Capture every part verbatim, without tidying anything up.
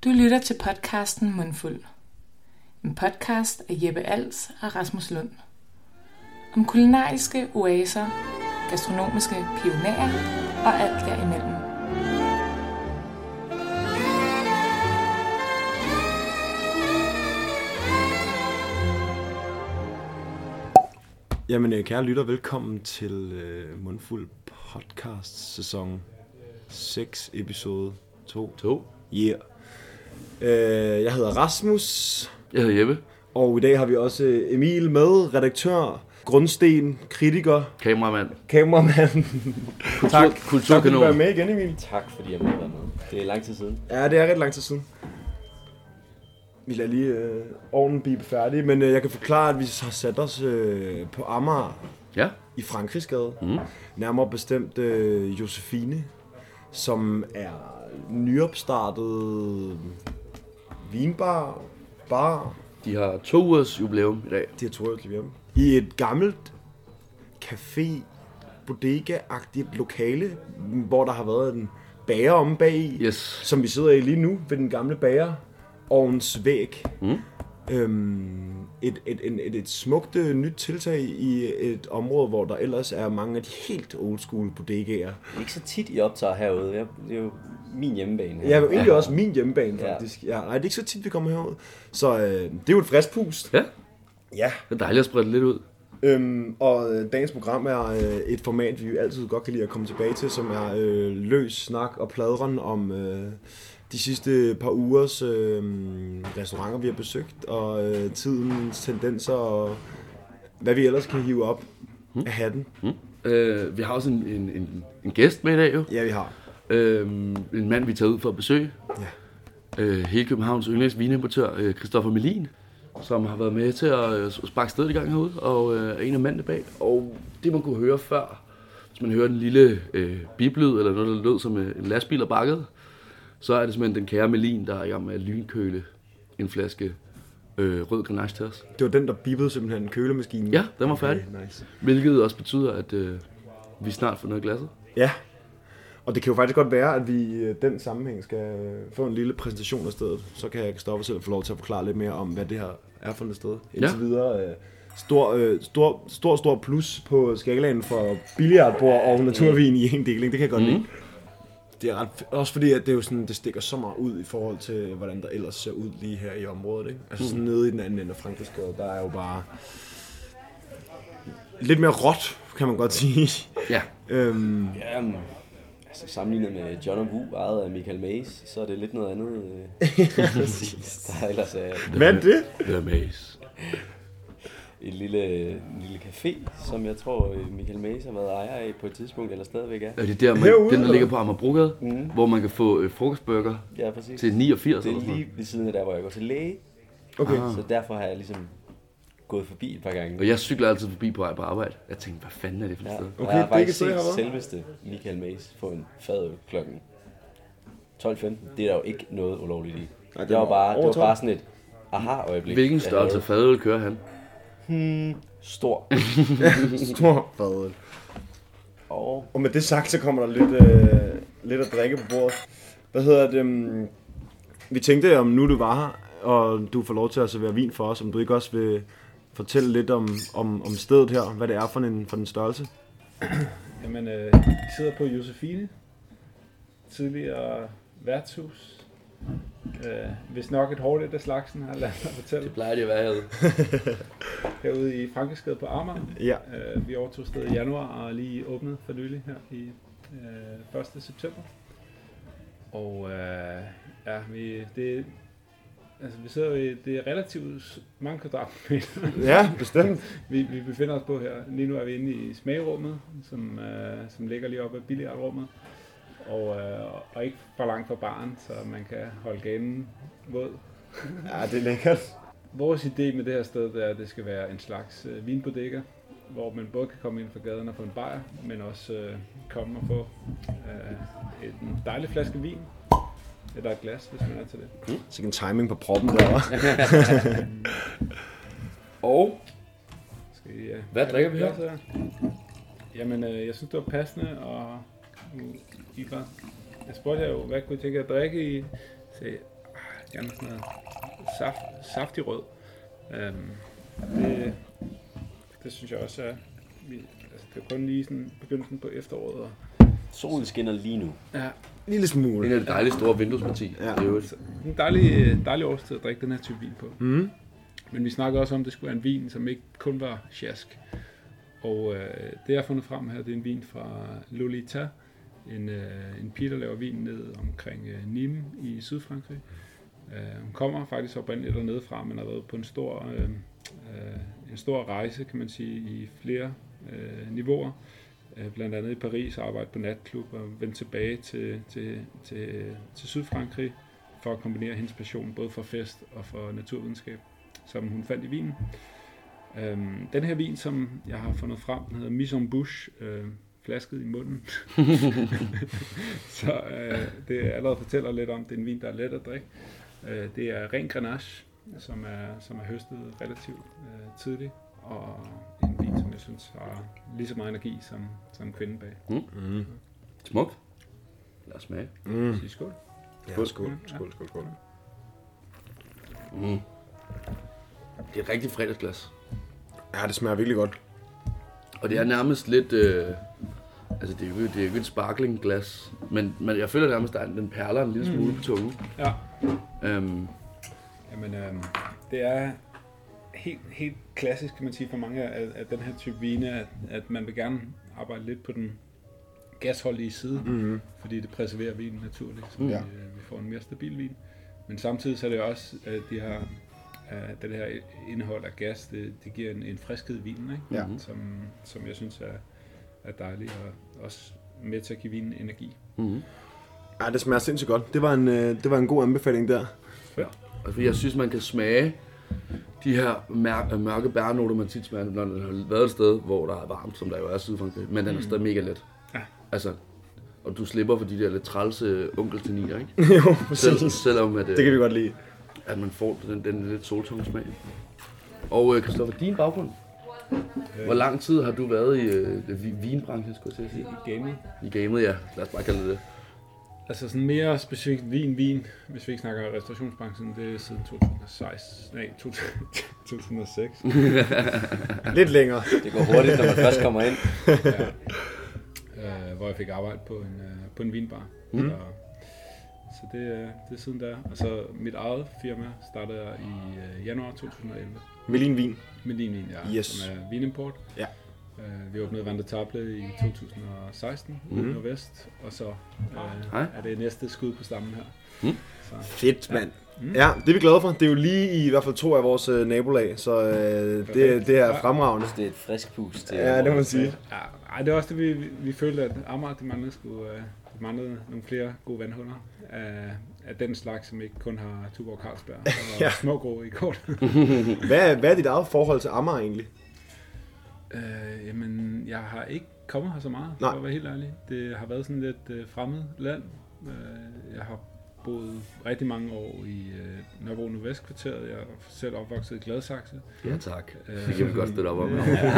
Du lytter til podcasten Mundfuld. En podcast af Jeppe Als og Rasmus Lund. Om kulinariske oaser, gastronomiske pionerer og alt derimellem. Jamen kære lytter, velkommen til uh, Mundfuld podcast sæson seks episode to. to. Yeah. Uh, jeg hedder Rasmus. Jeg hedder Jeppe. Og i dag har vi også Emil med, redaktør, grundsten, kritiker, Kameramand. kameramand. Kultur, tak, kulturkanon. tak fordi du var med igen, Emil. Tak fordi jeg måtte være med. Det er lang tid siden. Ja, det er ret lang tid siden. Vi lader lige øh, ovnen blive færdig, men øh, jeg kan forklare, at vi har sat os øh, på Amager Ja. i Frankrigsgade. Mm. Nærmere bestemt øh, Josefine, som er nyopstartet vinbar, bar. De har to ugers jubilæum i dag. De har to hjemme. I et gammelt café, bodega-agtigt lokale, hvor der har været en bager omme bag, Yes. som vi sidder i lige nu ved den gamle bager. Ovens væg. Mm. Øhm, et, et, et, et, et smukt øh, nyt tiltag i et område, hvor der ellers er mange af de helt old school bodegaer. Det er ikke så tit, I optager herude. Jeg, det er jo min hjemmebane her. Ja, det er egentlig også min hjemmebane, Ja. faktisk. Ja, nej, det er ikke så tit, vi kommer herud. Så øh, det er jo et frisk pust. Ja, Ja. det er dejligt at sprede det lidt ud. Øhm, og øh, dagens program er øh, et format, vi altid godt kan lide at komme tilbage til, som er øh, løs snak og pladren om øh, de sidste par ugers øh, restauranter, vi har besøgt, og øh, tidens tendenser, og hvad vi ellers kan hive op mm. af hatten. Mm. Øh, vi har også en, en, en, en gæst med i dag jo. Ja, vi har. Øh, en mand, vi tager ud for at besøge. Ja. Øh, hele Københavns yndlingsvinimportør, øh, Christoffer Melin, som har været med til at øh, sparke stedet i gang herude, og øh, er en af mændene bag. Og det, man kunne høre før, hvis man hører den lille øh, biblyd, eller noget, der lød som øh, en lastbil og bakket, så er det simpelthen den kære Melin, der er i gang med at lynkøle en flaske øh, rød grenache til os. Det var den, der bippede simpelthen kølemamaskinen. Ja, den var færdig. Okay, nice. Hvilket også betyder, at øh, vi snart får noget i glasset. Ja, og det kan jo faktisk godt være, at vi i den sammenhæng skal få en lille præsentation af stedet. Så kan jeg stoppe selv få lov til at forklare lidt mere om, hvad det her er for et sted. Indtil Ja. videre, øh, stor, øh, stor, stor, stor plus på skalaen for billiardbord og naturvin i en deling. Det kan jeg godt lide. Mm. Det er ret, også fordi, at det, er jo sådan, det stikker så meget ud i forhold til, hvordan der ellers ser ud lige her i området. Ikke? Altså sådan nede i den anden ende af Frankrigsgade, der er jo bare lidt mere råt, kan man godt sige. Ja. øhm, Ja, men, altså sammenlignet med John og Wu, ejet af Michael Mays, så er det lidt noget andet. Øh, der er ellers øh, hvad er det? Det er maze. et lille, en lille café, som jeg tror øh, Michael Mays har været ejer af på et tidspunkt, eller stadigvæk er. Er det der, man, Herude, den der eller? ligger på Amagerbrogade, Mm. hvor man kan få øh, frokostburger Ja, præcis. til niogfirs Det eller er sådan lige ved siden af der, hvor jeg går til læge, Okay. Ah. så derfor har jeg ligesom gået forbi et par gange. Og jeg cykler altid forbi på vej på arbejde. Jeg tænkte, hvad fanden er det for et Ja. sted? Og Okay, jeg har det er ikke faktisk et sted, jeg set har været. selveste Michael Mays få en fadøl klokken tolv femten. Det er der jo ikke noget ulovligt i. Nej, Det var bare, det over var tolv. bare sådan et aha-øjeblik. Hvilken Jeg størrelse havde- fadøl kører han? Hmm, stor. Stor fadøl. Og Og med det sagt, så kommer der lidt, øh, lidt at drikke på bordet. Hvad hedder det? Um, vi tænkte, om nu du var her, og du får lov til at servere vin for os, om du ikke også vil fortælle lidt om, om, om stedet her, hvad det er for en, for en størrelse. Jamen, øh, vi sidder på Josefine, tidligere værtshus. Øh, hvis nok et hårdt et af slagsen, har jeg ladet mig fortælle. Det plejer det at være herude. Herude i Frankrigsgade på Amager. Ja, Øh, vi overtog stedet i januar og lige åbnet for nylig her i øh, første september. Og øh, ja, vi, det, altså, vi sidder jo i, det er relativt s- mange kvadratmeter. ja bestemt. Vi, vi befinder os på her. Lige nu er vi inde i smagerummet, som, øh, som ligger lige oppe af billiardrummet. Og, øh, og ikke for langt fra baren, så man kan holde ganen våd. Ja, det er lækkert. Vores idé med det her sted det er, at det skal være en slags øh, vinbodega, hvor man både kan komme ind fra gaden og få en bajer, men også øh, komme og få øh, en dejlig flaske vin. Eller et glas, hvis man er til det. Så en timing på proppen derovre. Og Skal I, øh, hvad drikker vi her? glas her? Jamen, øh, jeg synes, det var passende, og nu, I var, jeg spurgte jer jo, hvad kunne I tænke jer at drikke i? Så gerne sådan noget saft, saftig rød. Øhm, det, det synes jeg også er, vi, altså det er kun lige sådan begyndelsen på efteråret. Og, Solen skinner lige nu. ja, En lille smule. En af de dejlige store vinduesparti. Ja. Det er jo så en dejlig, dejlig årstid at drikke den her type vin på. Mm. Men vi snakker også om, at det skulle være en vin, som ikke kun var sjask. Og øh, det jeg har fundet frem her, det er en vin fra Lolita, en, øh, en pige, der laver vin ned omkring øh, Nîmes i Sydfrankrig. Øh, hun kommer faktisk oprindeligt dernede fra, men har været på en stor, øh, øh, en stor rejse, kan man sige, i flere øh, niveauer. Øh, blandt andet i Paris, arbejdet på natklub og vendt tilbage til, til, til, til Sydfrankrig for at kombinere hendes passion både for fest og for naturvidenskab, som hun fandt i vinen. Øhm, den her vin, som jeg har fundet frem, den hedder Mise en Bouche, øh, flasket i munden. Så øh, det allerede fortæller lidt om, det er en vin, der er let at drikke. Øh, det er ren Grenache, som er, som er høstet relativt øh, tidligt, og en vin, som jeg synes har lige så meget energi som, som kvinden bag. Mm. smukt. Lad os smage. Mm. Sig skål. Ja, skål. Skål, skål, skål. Mm. Det er et rigtig fredagsglas. Ja, det smager virkelig godt. Og det er nærmest lidt... Øh, altså, det er jo det er jo ikke et sparklingglas, men, men jeg føler nærmest, at den perler en lille smule mm. på tungen. Ja. Øhm, Jamen, øhm, det er helt, helt klassisk, kan man sige, for mange af, af den her type vine, at, at man vil gerne arbejde lidt på den gasholdige side, Mm-hmm. fordi det preserverer vinen naturligt, så Mm. vi, øh, vi får en mere stabil vin. Men samtidig så er det også, at de her, at det her indhold af gas, det, det giver en, en friskhed i vinen, ikke? Ja. Som, som jeg synes er, er dejligt, og også med til at give vinen energi. mm-hmm. Ja, det smager sindssygt godt. Det var en, øh, det var en god anbefaling der. Ja. Altså, jeg synes, man kan smage de her mær- mørke bærnoter, man tit smager, når den har været et sted, hvor der er varmt, som der jo er i Sydfrankrig, men den er stadig mega let. Ja. Altså, og du slipper for de der lidt trælse onkelsteniner, ikke? Jo, Selv, præcis. selvom at, Det kan vi godt lide. at man får den, den lidt soltunge smag. Og Kristoffer, din baggrund? Hvor lang tid har du været i øh, vinbranchen, skulle jeg sige? I gamet. I gamet, ja. Lad os bare kalde det det. Altså sådan mere specifikt vin, vin, hvis vi ikke snakker restaurationsbranchen, det er siden to tusind og seks, nej, to tusind og seks. Lidt længere. Det går hurtigt, når man først kommer ind. Ja. Øh, hvor jeg fik arbejde på en, øh, på en vinbar. Mm. Så, så det, øh, det er siden der. Og så mit eget firma startede jeg i øh, januar to tusind og elleve. Melin Vin. Med din vin, ja, Yes. som er vinimport. Ja. Øh, vi åbnede Vin de Table i to tusind og seksten Mhm. ude i Nordvest, og så øh, Hej. er det næste skud på stammen her. Mm. Så, Fedt, mand. Mm. Ja, det er vi glade for. Det er jo lige i, i hvert fald to af vores øh, nabolag, så øh, det, det er fremragende. Det er et frisk pust til. Ja, det må man sige. Ja, ej, det er også det, vi, vi, vi følte, at Amager, det manglede, skulle, uh, det manglede nogle flere gode vandhuller af, af den slags, som ikke kun har Tuborg Carlsberg og Ja. ja. smågrå i kort. Hvad, er- hvad er dit eget forhold til Amager egentlig? uh, jamen, jeg har ikke kommet her så meget, Nej. for at være helt ærlig. Det har været sådan lidt uh, fremmed land. Uh, jeg har boet rigtig mange år i uh, Nørrebro Nordvestkvarteret. Jeg er selv opvokset i Gladsaxe. Ja, tak. Øh, Det kan vi godt støtte op om.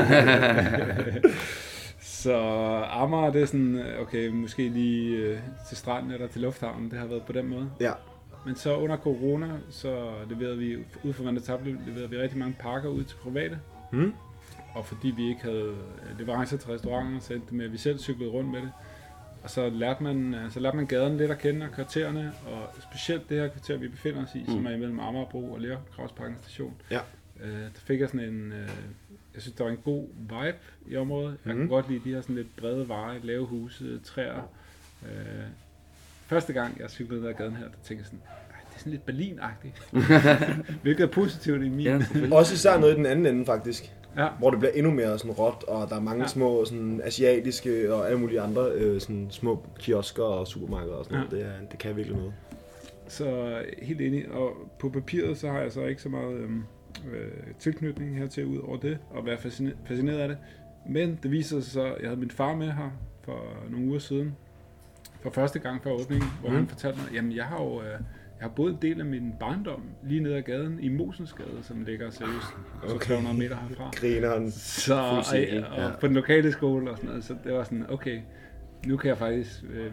Så Amager, det er sådan, okay, måske lige øh, til stranden eller til lufthavnen, det har været på den måde. Ja. Men så under corona, så leverede vi, ud fra Vin de Table, leverede vi rigtig mange pakker ud til private. Mm. Og fordi vi ikke havde leverancer til restauranter, så endte det med, at vi selv cyklede rundt med det. Og så lærte man, så lærte man gaderne lidt at kende, og kvartererne, og specielt det her kvarter, vi befinder os i, mm. som er imellem Amagerbro og Lergravsparken station. Ja. Øh, der fik jeg sådan en, øh, jeg synes, der var en god vibe i området. Jeg Mhm. kunne godt lide de her sådan lidt brede veje, lave huse, træer. Øh, første gang, jeg cyklede ned ad gaden her, der tænkte jeg sådan, "Ej, det er sådan lidt Berlin-agtigt." Hvilket er positivt i min. Ja, Ja. selvfølgelig. Også især noget i den anden ende faktisk. Ja. Hvor det bliver endnu mere sådan råt, og der er mange Ja. små sådan, asiatiske og alle mulige andre øh, sådan, små kiosker og supermarkeder og sådan noget. Det, er, det kan virkelig noget. Så helt enig. Og på papiret, så har jeg så ikke så meget øhm, øh, tilknytning hertil ud over det, og være fascineret, fascineret af det. Men det viser sig så, at jeg havde min far med her for nogle uger siden, for første gang før åbningen, hvor mm. han fortalte mig, jamen jeg har jo... Øh, Jeg har boet en del af min barndom lige nede ad gaden i Mosensgade, som ligger seriøst okay. tre hundrede meter herfra. Grineren. Så, og, og ja. på den lokale skole og sådan noget, så det var sådan, okay, nu kan jeg faktisk øh,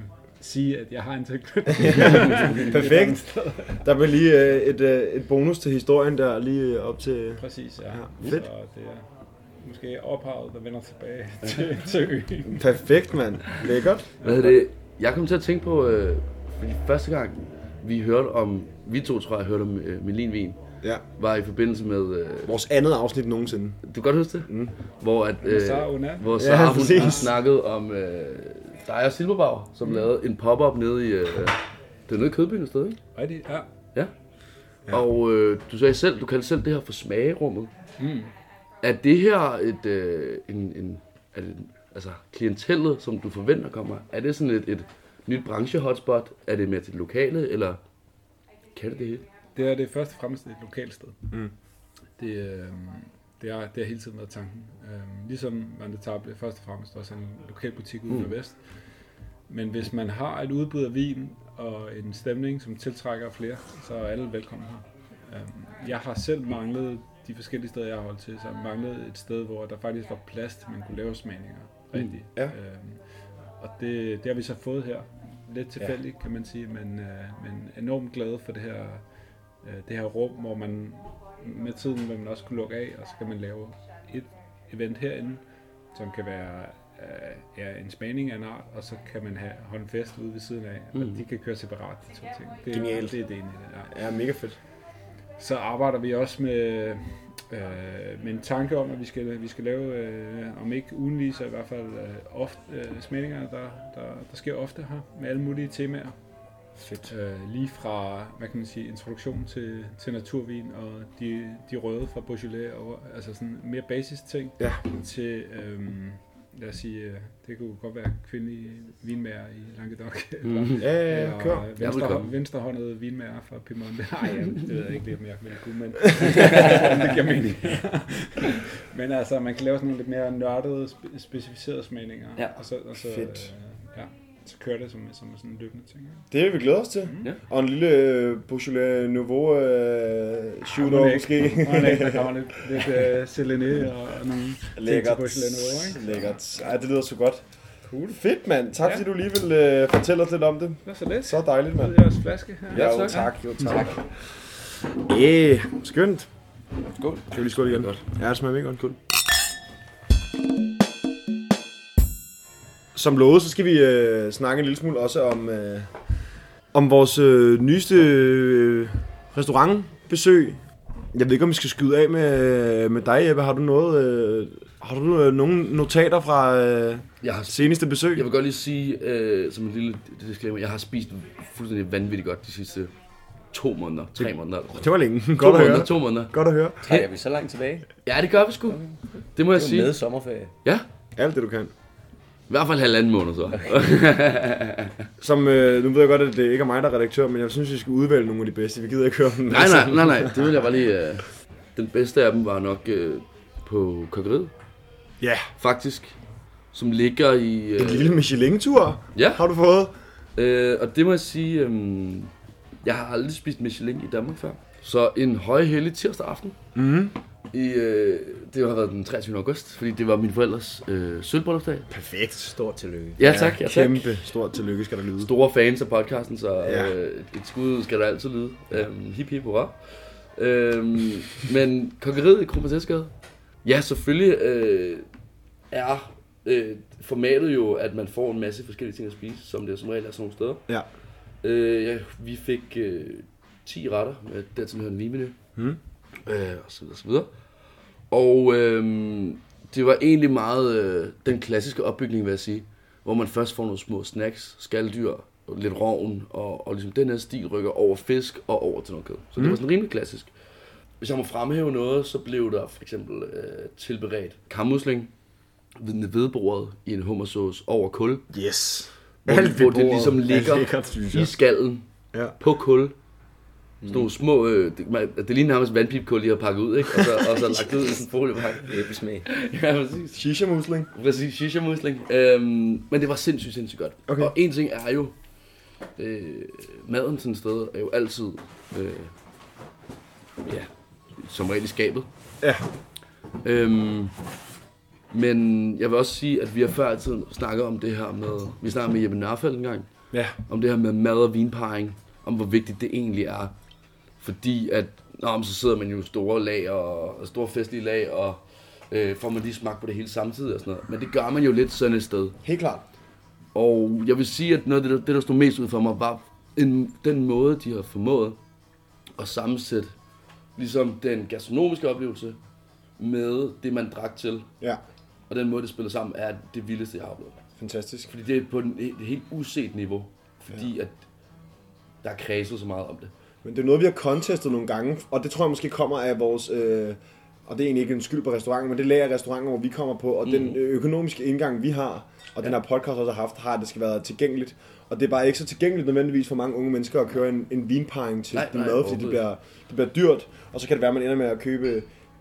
sige, at jeg har en tilknytning. Perfekt. Der var lige øh, et, øh, et bonus til historien der, lige op til... Præcis, ja. Ja, fedt. Så det er måske ophavet, der vender tilbage til, til øen. Perfekt, mand. Lækkert. Hvad er det? Jeg kom til at tænke på, øh, fordi første gang vi hørte om, vi to tror jeg hørte om øh, Melinvin, Ja. var i forbindelse med... Øh, Vores andet afsnit nogensinde. du kan godt huske det? Mm. Hvor, at, øh, Sara Una. hvor Ja, Sara hun, præcis. hun snakkede om øh, dig og Silberbag, som mm. lavede en pop-up nede i... Øh, det er nede i Kødbyen et sted, ikke? Rigtigt, ja. Ja. ja. Og øh, du sagde selv, du kaldte selv det her for smagerummet. Mm. Er det her et, øh, en, en, er det, altså klientellet, som du forventer kommer, er det sådan et, et nyt branche-hotspot? Er det mere til det lokale, eller kan det det hele? Det er det først og fremmest et lokalt sted. Mm. Det, øh, det, er, det har hele tiden været tanken. Øh, ligesom Vandetable først og fremmest også en lokal butik ude Mm. i vest. Men hvis man har et udbud af vin og en stemning, som tiltrækker flere, så er alle velkommen her. Øh, jeg har selv manglet de forskellige steder, jeg har holdt til, så jeg manglede et sted, hvor der faktisk var plads til, man kunne lave smagninger. Rigtigt. Mm. Ja. Øh, og det, det har vi så fået her. Lidt tilfældigt, kan man sige, men, øh, men enormt glade for det her, øh, det her rum, hvor man med tiden vil man også kunne lukke af, og så kan man lave et event herinde, som kan være øh, ja, en smagning af en art, og så kan man have, holde en fest ude ved siden af, mm. og de kan køre separat, de to ting. Det, Genialt. Det er det ene i det, ja. Ja, mega fedt. Så arbejder vi også med, øh, med en tanke om, at vi skal, vi skal lave, øh, om ikke ugenlige, så i hvert fald øh, ofte, øh, smagninger, der, der, der sker ofte her, med alle mulige temaer. Fedt. Øh, lige fra, hvad kan man sige, introduktion til, til naturvin og de, de røde fra Beaujolais, og, altså sådan mere basis ting, Ja. til, øhm, lad os sige, øh, det kunne godt være kvindelige vinmager i Languedoc, Mm. eller, Ja, ja, ja, kør. eller venstre, Velkommen. venstrehåndede vinmager fra Piemonte. Nej, ja, det ved jeg ikke lige, om jeg ville kunne, men det giver mening. Men altså, man kan lave sådan nogle lidt mere nørdede, spe- specificerede smagninger, Ja. og så, og så, Fedt. Øh, ja, så kører det som, som sådan en løbende ting. Ja. Det vil vi glæde os til. Ja. Og en lille øh, Beaujolais Nouveau øh, shooter Mon ikke. måske. Mon ikke, der kommer lidt, lidt uh, Céline og, og nogle ting til Lækkert. Beaujolais Nouveau, ikke? Lækkert. Ej, det lyder så godt. Cool. Fedt, mand. Tak Ja. fordi du lige vil øh, fortælle os lidt om det. Det er så lidt. Så dejligt, mand. Det er jeres flaske her. Ja, jo, tak. Jo, tak. Yeah, skønt. Skål. Skal vi lige skåle igen? Godt. Ja, det smager mega godt. Cool. Som lovet, så skal vi øh, snakke en lille smule også om, øh, om vores øh, nyeste øh, restaurantbesøg. Jeg ved ikke, om vi skal skyde af med, med dig, Jeppe. Har du noget, øh, har du øh, nogle notater fra øh, Jeg har seneste besøg? Jeg vil godt lige sige, øh, som en lille disclaimer, jeg har spist fuldstændig vanvittigt godt de sidste to måneder, tre måneder. Det var længe. To Godt at måneder, høre. to måneder. Godt at høre. Trækker vi så langt tilbage? Ja, det gør vi sgu. Det må jeg Det er jo sige. med sommerferie. Ja, Alt det, du kan. i hvert fald halvanden måned så. Som, øh, nu ved jeg godt, at det ikke er mig, der er redaktør, men jeg synes, vi skal udvælge nogle af de bedste. Vi gider ikke høre dem. nej, nej, nej, nej, det vil jeg bare lige... Øh, den bedste af dem var nok øh, på Kokkeriet, Ja, faktisk. Som ligger i... Øh, en lille Michelin-tur Ja, har du fået. øh, og det må jeg sige... Øh, jeg har aldrig spist Michelin i Danmark før. Så en højhellig tirsdag aften. Mm. I, øh, det har været den treogtyvende august, fordi det var min forældres øh, sølvbryllupsdag. Perfekt. Stort tillykke. Ja tak, ja, tak. Kæmpe stort tillykke skal der lyde. Store fans af podcasten, så Ja. øh, et skud skal der altid lyde. Øhm, hip hip hurra. Øhm, men Kokkeriet i Kronprinsessegade, ja selvfølgelig øh, er øh, formatet jo, at man får en masse forskellige ting at spise, som det som regel er sådan nogle steder. Ja. Øh, ja, vi fik øh, ti retter med dertil hørende vinmenu, Mm. øh, og så videre, så videre. Og øh, det var egentlig meget øh, den klassiske opbygning, vil jeg sige, hvor man først får nogle små snacks, skaldyr, lidt rovn, og, og ligesom den her stil rykker over fisk og over til noget kød. Så det Mm. var sådan rimelig klassisk. Hvis jeg må fremhæve noget, så blev der for eksempel øh, tilberedt kammusling ved hvedebordet i en hummersauce over kul, Yes. hvor, Alt hvor ved det bordet ligesom er ligger lækkert, synes i jeg. skallen Ja. på kul. Sådan nogle små, øh, det, man, det ligner nærmest vandpipkul, de har pakket ud, ikke? Og så, og så lagt ud i sådan en foliepakke. Æblesmag. Ja, præcis. Shisha-musling. Præcis, shisha-musling. Øhm, men det var sindssygt, sindssygt godt. Okay. Og en ting er jo, øh, maden sådan et sted er jo altid, øh, ja, som regel i skabet. Ja. Øhm, men jeg vil også sige, at vi har før altid snakket om det her med, vi snakkede med Jeppe Nørfeldt en gang, Ja. Om det her med mad og vinparring. Om hvor vigtigt det egentlig er. Fordi at, nå, så sidder man jo i store lag og, og store festlige lag, og øh, får man lige smagt på det hele samtidig og sådan noget. Men det gør man jo lidt sådan et sted. Helt klart. Og jeg vil sige, at noget af det, det der stod mest ud for mig, var en, den måde, de har formået at sammensætte ligesom den gastronomiske oplevelse med det, man drak til. Ja. Og den måde, det spiller sammen, er det vildeste, jeg har oplevet. Fantastisk. Fordi det er på et helt uset niveau. Fordi ja. at der er kredset så meget om det. Men det er noget, vi har contestet nogle gange, og det tror jeg måske kommer af vores... Øh, og det er egentlig ikke en skyld på restauranten, men det lærer restauranter, hvor vi kommer på, og mm. den økonomiske indgang, vi har, og ja. den her podcast også har haft, har, at det skal være tilgængeligt. Og det er bare ikke så tilgængeligt nødvendigvis for mange unge mennesker at køre en, en vinparring til din mad, fordi det bliver, det bliver dyrt. Og så kan det være, at man ender med at købe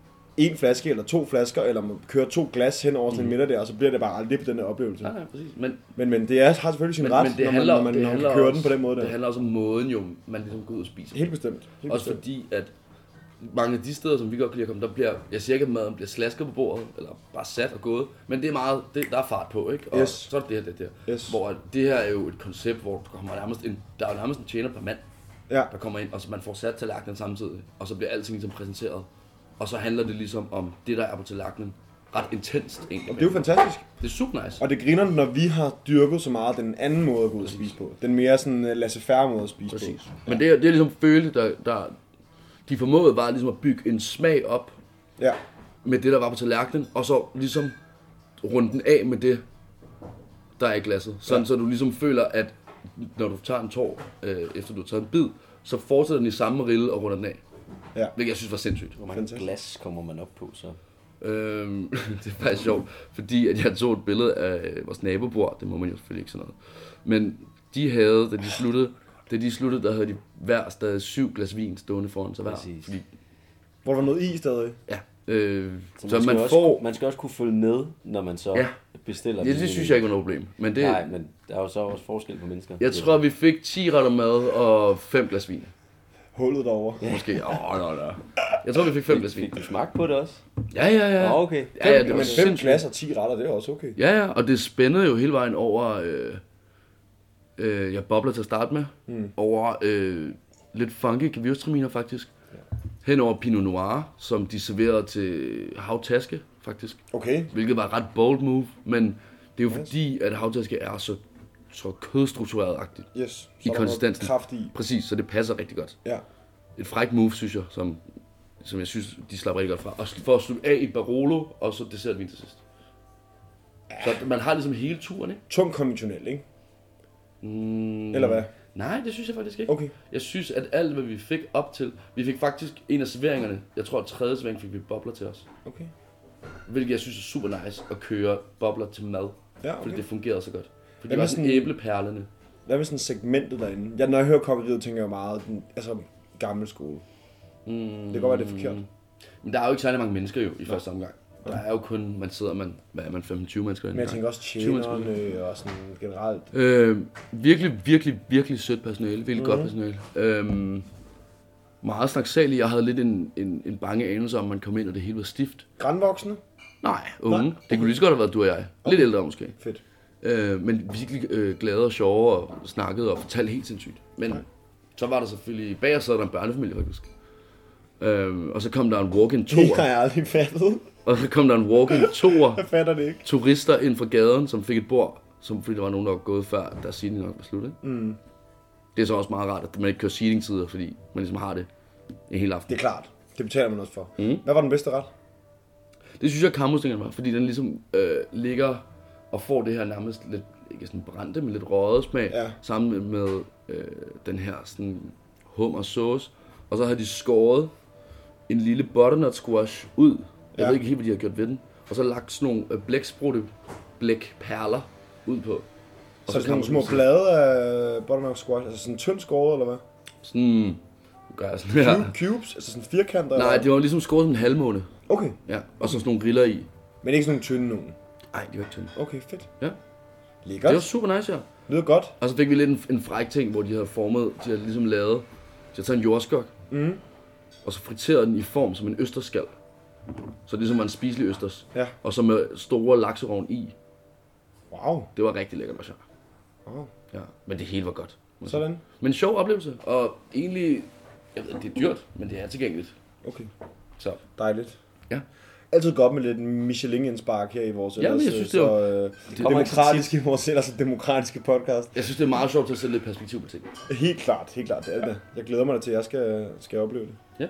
en flaske eller to flasker, eller man kører to glas hen over sådan en middag der, og så bliver det bare aldrig på den her oplevelse. Nej, nej, præcis. Men, men, men det er, har selvfølgelig sin men, ret, men det når, handler, man, når man, når man kører den på den måde der. Det handler også om måden, jo, man ligesom går ud og spiser. Helt bestemt. Helt også bestemt. fordi, at mange af de steder, som vi godt kan lide at komme, der bliver, jeg siger ikke, at maden bliver slasket på bordet, eller bare sat og gået, men det er meget, det, der er fart på, ikke? Og yes. så er det det her, det der. Yes. Hvor det her er jo et koncept, hvor der kommer nærmest en, der er jo nærmest en tjener per mand, ja. der kommer ind, og så man får sat tallerkenen samtidig, og så bliver alting ligesom præsenteret. Og så handler det ligesom om det, der er på tallerkenen. Ret intenst, egentlig. Og det er jo fantastisk. Det er super nice. Og det griner, når vi har dyrket så meget den anden måde at gå ud og spise på. Den mere sådan uh, laissez-faire måde at spise Præcis. på. Ja. Men det er, det er ligesom følelse, der, der... De formåede bare ligesom at bygge en smag op ja. med det, der var på tallerkenen, og så ligesom runde den af med det, der er i glasset. Sådan, ja. Så du ligesom føler, at når du tager en tår, øh, efter du har taget en bid, så fortsætter den i samme rille og runder den af. Ja. Hvilket jeg synes var sindssygt. Hvor mange Fantastisk. Glas kommer man op på så? Øhm, det er faktisk sjovt, fordi at jeg tog et billede af vores nabobord, det må man jo selvfølgelig ikke sådan noget. Men de havde, da de sluttede, da de sluttede, der havde de hver stadig syv glas vin stående foran sig hver. Fordi, hvor der var noget i stadig? Ja. Øh, så, så man, man også, får... man skal også kunne følge med, når man så ja. bestiller. Ja, det, det synes jeg ikke var noget problem. Men det... Nej, men der er jo så også forskel på mennesker. Jeg tror, vi fik ti retter mad og fem glas vin. Hullet derovre. Ja. Måske. Åh, oh, no, no. Jeg tror, vi fik fem glas vin. Fik du smagt på det også? Ja, ja, ja. Oh, okay. Ja, ja, det var men fem glas og ti retter, det er også okay. Ja, ja, og det spændede jo hele vejen over... Øh, øh, jeg bobler til at starte med. Mm. Over øh, lidt funky gewürztraminer faktisk. Ja. Hen over Pinot Noir, som de serverede til havtaske faktisk. Okay. Hvilket var et ret bold move, men det er jo yes. fordi, at havtaske er så, så kødstruktureret-agtigt. Yes. Så i konsistensen. Kraft i. Præcis, så det passer rigtig godt. Ja. Et frækt move, synes jeg, som, som jeg synes, de slapper rigtig godt fra. Og for at slutte af i Barolo, og så dessertvin til sidst. Ja. Så man har ligesom hele turen, ikke? Tung konventionel, ikke? Mm, Eller hvad? Nej, det synes jeg faktisk ikke. Okay. Jeg synes, at alt, hvad vi fik op til... Vi fik faktisk en af serveringerne. Jeg tror, at tredje servering fik vi bobler til os. Okay. Hvilket jeg synes er super nice at køre bobler til mad. Ja, okay. Fordi det fungerede så godt. Fordi hvad det var sådan sådan æbleperlerne. Hvad med sådan segmentet derinde? Jeg, når jeg hører kokkeriet, tænker jeg meget den, altså gammel skole. Mm, det kan godt være, det er forkert. Men der er jo ikke særlig mange mennesker jo i første omgang. Der er jo kun, man sidder, man, hvad er man, femten tyve mennesker? Men jeg tænker også tjenerne og sådan generelt. Øh, virkelig, virkelig, virkelig sødt personale. Virkelig mm. godt personale. Øh, meget snaksalig. Jeg havde lidt en, en, en bange anelse om, man kom ind, og det hele var stift. Grandvoksne? Nej, unge. Nej. Det kunne lige så godt have været du og jeg. Okay. Lidt ældre måske. Fedt. Øh, men virkelig øh, glade og sjove og snakkede og fortalte helt sindssygt. Men Nej. så var der selvfølgelig, bag os sad der en børnefamilie faktisk. Øh, og så kom der en walk-in tour. Det har jeg aldrig fattet. Og så kom der en walk-in tour. Jeg fatter det ikke. Turister ind fra gaden, som fik et bord, som fordi der var nogen, der var gået før, der seating nok var slut. Mm. Det er så også meget rart, at man ikke kører seating-tider, fordi man ligesom har det en hel aften. Det er klart. Det betaler man også for. Mm. Hvad var den bedste ret? Det synes jeg, kammustingerne var, fordi den ligesom øh, ligger og får det her nærmest lidt, ikke sådan brændte, men lidt røget smag, ja. sammen med øh, den her sådan hummer sauce. Og så har de skåret en lille butternut squash ud. Jeg ja. ved ikke helt, hvad de har gjort ved den. Og så lagt sådan nogle øh, blæksprutte blækperler ud på. Og så, så sådan nogle små sådan, blade af butternut squash, altså sådan tynd skåret, eller hvad? Sådan, gør jeg sådan her. Cubes, altså sådan firkanter? Nej, det var ligesom skåret som en halvmåne. Okay. Ja, og så sådan nogle griller i. Men ikke sådan nogle tynde nogen? Nej, de var ikke tynde. Okay, fedt. Ja. Lækkert. Det var super nice, ja. Lyder godt. Og så fik vi lidt en, en fræk ting, hvor de havde formet, de havde ligesom lavet, de havde taget en jordskok, mm. og så friterede den i form som en østerskal. Så det ligesom var en spiselig østers. Ja. Og så med store lakserogn i. Wow. Det var rigtig lækkert, også. Wow. Ja, men det hele var godt. Sådan. Men en sjov oplevelse, og egentlig, jeg ved, det er dyrt, men det er tilgængeligt. Okay. Så. Dejligt. Ja. Altid godt med lidt Michelin-indspark her i vores Ja, men jeg synes, det er så, øh, det kommer ikke så demokratiske, vores ellers demokratiske podcast. Jeg synes, det er meget sjovt til at sætte lidt perspektiv på ting. Helt klart, helt klart. Det er det. Jeg glæder mig da til, at jeg skal, skal opleve det. Ja.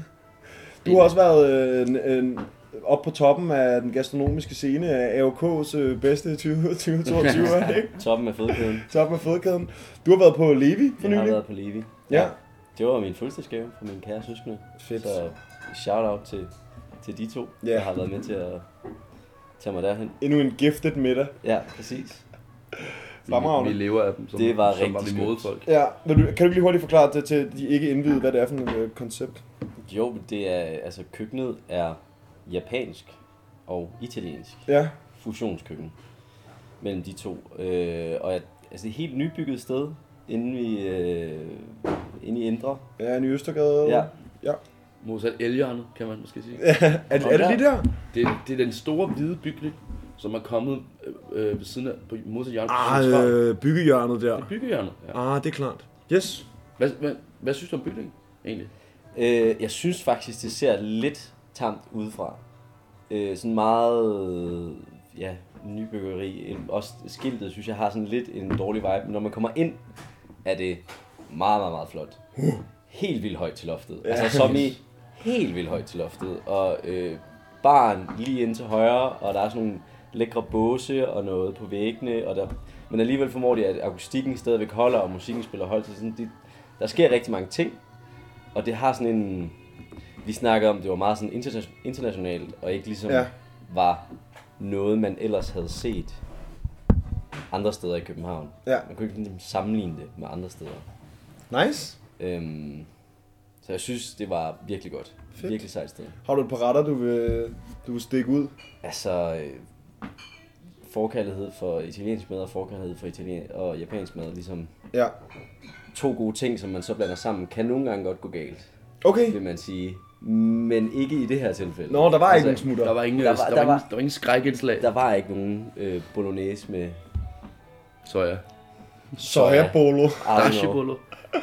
Du har også været øh, en, en, op på toppen af den gastronomiske scene af A O K's øh, bedste tyve toogtyve, ikke? Toppen af fødekæden. Toppen af fødekæden. Du har været på Levi for Jeg har nylig. været på Levi. Ja. Det var min fødselsdagsgave fra mine kære søskende. Fedt. Så shout-out til, til de to, Ja. der har været med til at tage mig derhen. Endnu en gifted middag. Ja, præcis. Fremragende. Vi lever af dem, som, Det var som rigtig var vi skønt. modefolk. Ja, vil du, kan du ikke lige hurtigt forklare det til de ikke indvidede, hvad det er for et øh, koncept? Jo, det er, altså køkkenet er japansk og italiensk. Ja, Fusionskøkken mellem de to. Øh, og et, altså et helt nybygget sted inde i, øh, inde i Indre. ja, i Østergade. Ja. Ja. Modsat Elhjørnet, kan man måske sige. er, det, er det lige der? Det, det er den store hvide bygning, som er kommet øh, ved siden af på modsat hjørnet. Ah, øh, byggehjørnet der. Det er byggehjørnet. Ja. Ah, det er klart. Yes. Hvad, hvad, hvad synes du om bygningen, egentlig? Øh, jeg synes faktisk, det ser lidt tamt udefra. Øh, sådan meget, ja, nybyggeri. Også skiltet, synes jeg, har sådan lidt en dårlig vibe. Men når man kommer ind, er det meget, meget, meget flot. Helt vildt højt til loftet. Ja. Altså som i helt vildt højt til loftet. Og øh, baren lige ind til højre, og der er sådan nogle lækre båse og noget på væggene. Og der, men alligevel formår de, at akustikken stadigvæk holder, og musikken spiller højt. Så sådan, de, der sker rigtig mange ting. Og det har sådan en... Vi snakkede om, det var meget sådan interna- internationalt, og ikke ligesom Ja. var noget, man ellers havde set andre steder i København. Ja. Man kunne ikke ligesom sammenligne det med andre steder. Nice. Øhm, så jeg synes, det var virkelig godt. Fedt. Virkelig sejt sted. Har du et par retter, du vil, du vil stikke ud? Altså, øh, forkærlighed for italiensk mad og forkærlighed for italien og japansk mad, ligesom Ja. to gode ting, som man så blander sammen, kan nogle gange godt gå galt, Okay. vil man sige. Men ikke i det her tilfælde. Nå, der var Altså, ikke nogen smutter. Der var ingen, Der der var- var, der der var, var- ingen, der var ingen skrækindslag. Der var ikke nogen øh, bolognese med Så ja. Så her, Bolo. I don't Dashi know. bolo.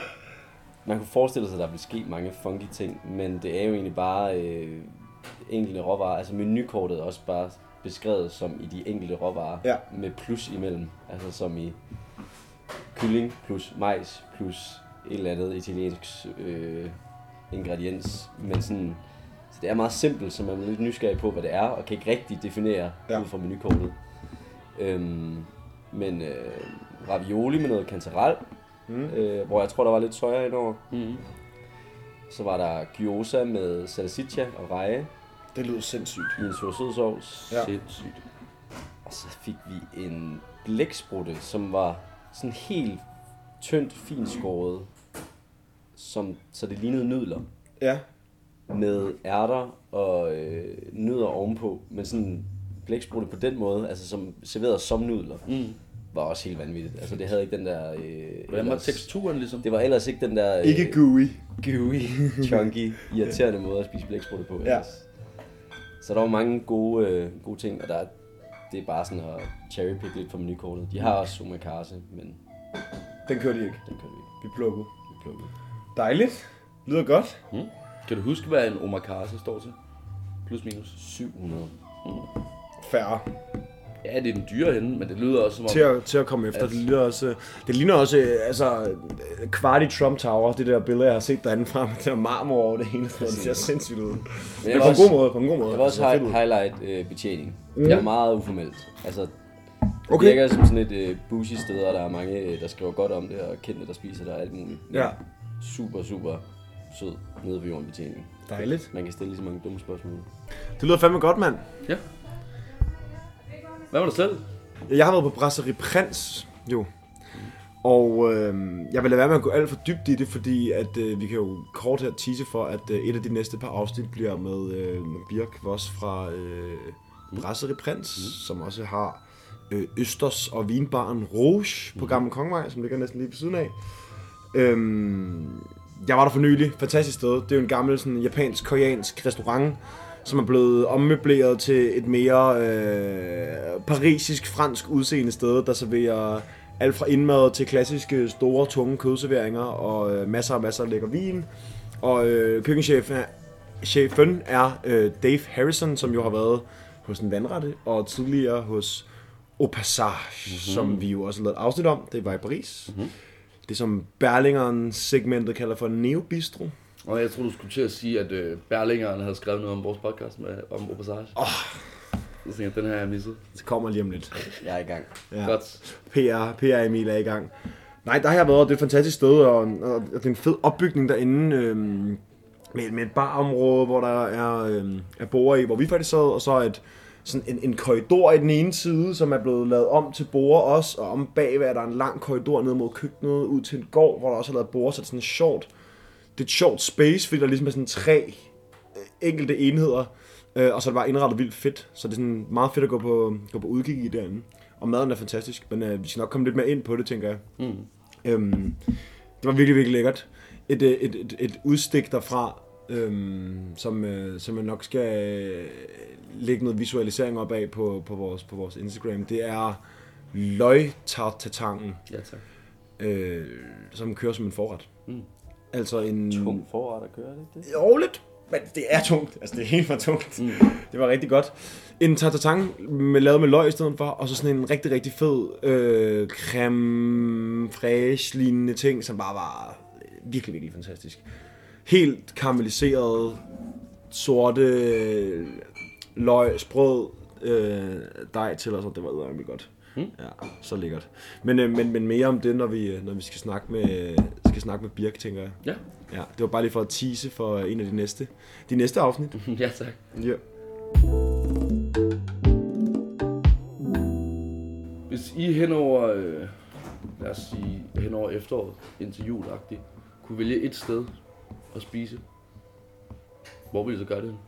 Man kunne forestille sig, at der ville ske mange funky ting, men det er jo egentlig bare øh, enkelte råvarer. Altså menukortet er også bare beskrevet som i de enkelte råvarer, Ja. med plus imellem. Altså som i kylling plus majs plus et eller andet italiensk øh, ingrediens. Men sådan, så det er meget simpelt, så man er lidt nysgerrig på, hvad det er, og kan ikke rigtig definere Ja. ud fra menukortet. Øhm, men øh, ravioli med noget kantarel, Mm. øh, hvor jeg tror, der var lidt soja indover. Mm-hmm. Så var der gyoza med salsiccia og reje Det lyder sindssygt. i en sød-sød-sovs. Ja. Sindssygt. Og så fik vi en blæksprutte, som var sådan helt tyndt, fint skåret, som, så det lignede nudler, Ja. med ærter og øh, nødder ovenpå, men sådan blæksprutte på den måde, altså som serveret som nudler, Mm. var også helt vanvittigt. Altså det havde ikke den der... Øh, Hvordan var ellers- teksturen ligesom? Det var ellers ikke den der... Øh, Ikke gooey. gooey, chunky, irriterende måde at spise blæksprutte på. Ja. ellers. Så der var mange gode, øh, gode ting, og der, det er bare sådan at cherrypick lidt fra menukortet. De har også omakase, men Den kører de ikke. den kan vi ikke. Vi plukkede. Vi plukker. Dejligt. Lyder godt. Mm. Kan du huske, hvad en omakase står til? Plus minus. syv hundrede. Færre. Ja, det er den dyre henne, men det lyder også som om... Til at, til at komme efter. Det ligner også, øh, det ligner også øh, altså, øh, kvart i Trump Tower, det der billede, jeg har set derinde fra, med det der marmor over det hele. Det ser sindssygt ud. Men, jeg men var på en også- god måde, på en god måde. Jeg var også Det ser hi- fedt ud. highlight øh, betjening. Mm. Det er meget uformelt. Altså, det Okay. virker som sådan et øh, bougie sted, og der er mange, øh, der skriver godt om det, og kendte, der spiser der og alt muligt. Ja. Super, super sød nede ved jorden betjening. Dejligt. Man kan stille lige så mange dumme spørgsmål. Det lyder fandme godt, mand. Ja. Hvad var der selv? Jeg har været på Brasserie Prins, jo. Og øh, jeg vil lade være med at gå alt for dybt i det, fordi at øh, vi kan jo kort her tease for, at øh, et af de næste par afsnit bliver med, øh, med Birk Voss fra øh, Brasserie Prins, mm. som også har øh, Østers og vinbaren Rouge på Gamle Kongevej, som ligger næsten lige ved siden af. Øhm, jeg var der for nylig. Fantastisk sted. Det er jo en gammel sådan, japansk-koreansk restaurant, som er blevet ommøbleret til et mere øh, parisisk-fransk udseende sted, der serverer alt fra indmad til klassiske store, tunge kødserveringer og øh, masser og masser af lækker vin. Og øh, køkkenchefen er, chefen er øh, Dave Harrison, som jo har været hos Den Vandrette og tidligere hos Au Passage, mm-hmm. som vi jo også har lavet et afsnit om. Det var i Paris. Mm-hmm. Det som Berlingeren segmentet kalder for Neo Bistro. Og jeg tror du skulle til at sige, at øh, Berlingeren havde skrevet noget om vores podcast med, om Au Passage. Åh, Så tænker jeg, den her er jeg misset. det kommer lige om lidt. Jeg er i gang. Ja. Godt. P R, P R Emil er i gang. Nej, der har jeg været, og det er et fantastisk sted, og, og det er en fed opbygning derinde, øhm, med, med et barområde, hvor der er, øhm, er borde i, hvor vi faktisk sad, og så et, sådan en, en korridor i den ene side, som er blevet lavet om til borde også, og om bagved er der en lang korridor ned mod køkkenet, ud til en gård, hvor der også er lavet borde, så det er sådan et sjovt, det er et sjovt space, fordi der ligesom er sådan tre enkelte enheder, øh, og så er det bare indrettet vildt fedt, så det er sådan meget fedt at gå på, gå på udkig i derinde. Og maden er fantastisk, men øh, vi skal nok komme lidt mere ind på det, tænker jeg. Mm. Øhm, det var virkelig, virkelig lækkert. Et, et, et, et udstik derfra, øhm, som, øh, som jeg nok skal øh, lægge noget visualisering op af på, på, vores, på vores Instagram. Det er løgtartatangen, Ja, tak. øh, som kører som en forret. Mm. Altså en... Tung forret at køre, er det ikke det? Jo, lidt. Men det er tungt. Altså, det er helt for tungt. Mm. Det var rigtig godt. En tartatang med, lavet med løg i stedet for, og så sådan en rigtig, rigtig fed øh, creme fraiche lignende ting, som bare var virkelig, virkelig fantastisk. Helt karamelliseret, sorte øh, løg, sprød øh, dej til, og så det var virkelig godt. Mm. Ja, så lækkert. Men, øh, men, men mere om det, når vi, når vi skal snakke med, skal snakke med Birk, tænker jeg. Ja. Ja, det var bare lige for at tease for en af de næste, de næste afsnit. Ja, tak. Ja. Hvis I henover, øh, lad os sige, henover efteråret, indtil julagtigt, kunne vælge et sted at spise, hvor ville I så gøre det?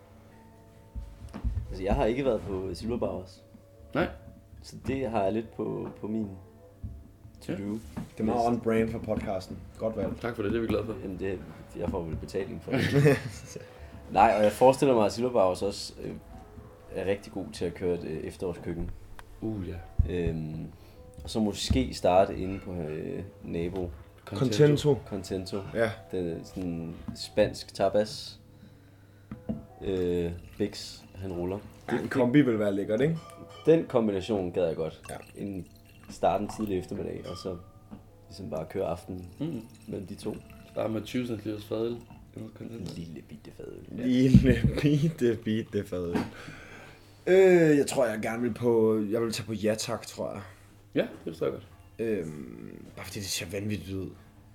Altså, jeg har ikke været på Silverbowers, Nej. så det har jeg lidt på, på min to-do. Det er meget on brand for podcasten. Godt valg. Tak for det, det er vi glade for. Jamen, det, jeg får vel betaling for det. Nej, og jeg forestiller mig, at Silverbowers også øh, er rigtig god til at køre et øh, efterårskøkken. Uh, ja. Øhm, og så måske starte inde på øh, nabo Contento. Contento. Ja. Den er sådan spansk tapas. Øh, Bix, han ruller. Ja, en kombi vil være lækkert, ikke? Den kombination gad jeg godt. Ja. En starten tidlig eftermiddag, og så ligesom bare køre aftenen Mm. mellem de to. Der er med tyve centiliters fadøl. En lille bitte fadøl. Lille bitte, bitte fadøl. Øh, jeg tror, jeg gerne vil på... Jeg vil tage på ja tak, tror jeg. Ja, det forstår jeg godt. Øhm, bare fordi det ser vanvittigt ud.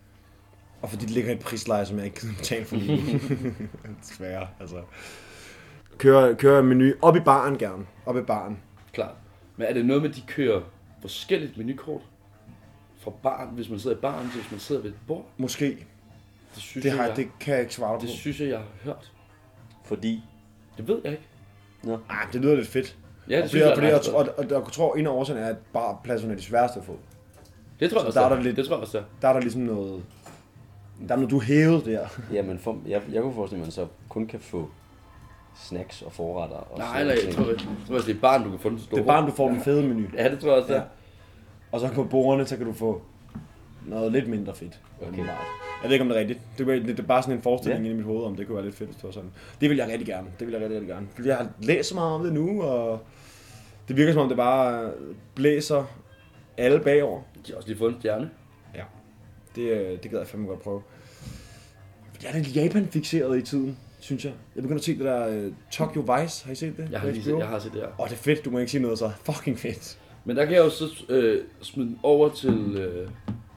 Og fordi det ligger i et prisleje, som jeg ikke gider betale for lige. Desværre, altså. Kører, kører en menu op i baren gerne. Op i baren. Klart. Men er det noget med, at de kører forskelligt menukort? Fra bar, hvis man sidder i baren, til hvis man sidder ved et bord? Måske. Det synes, Det, jeg, har, jeg, det kan jeg ikke svare på. det synes jeg, jeg har hørt. Fordi... Det ved jeg ikke. Nå. Ah, det lyder lidt fedt. Ja, det og synes fordi, jeg, fordi, jeg, jeg, og, og, og jeg tror, en af årsagen er, at barpladserne er de sværeste at få. Det tror jeg så også, der er der, der lidt- det tror jeg også, der. Der er der ligesom noget... Der er noget, du hævet der. Jamen, for, jeg, jeg kunne forestille mig, at man så kun kan få snacks og forretter. Og Nej, sådan nej, jeg ting. tror, jeg, jeg tror, det er barn, du kan få den store. Det er bare, du får den fede menu. Ja, det tror jeg også, der. Ja. Og så på bordene, så kan du få noget lidt mindre fedt. Okay. Jeg ved ikke, om det er rigtigt. Det er, det er bare sådan en forestilling Ja. ja. inde i mit hoved, om det kunne være lidt fedt, hvis det var sådan. Det vil jeg rigtig gerne. Det vil jeg rigtig, rigtig gerne. Fordi jeg har læst så meget om det nu, og det virker som om, det bare blæser alle bagover. De har også lige fået en stjerne. Ja. Det, øh, det gad jeg fandme godt prøve. Jeg er lidt Japan-fixeret i tiden, synes jeg. Jeg begynder at se det der uh, Tokyo Vice. Har I set det? Jeg har, lige set, jeg har set det her. Åh, oh, det er fedt. Du må ikke sige noget så. Fucking fedt. Men der kan jeg jo så øh, smide den over til... Øh,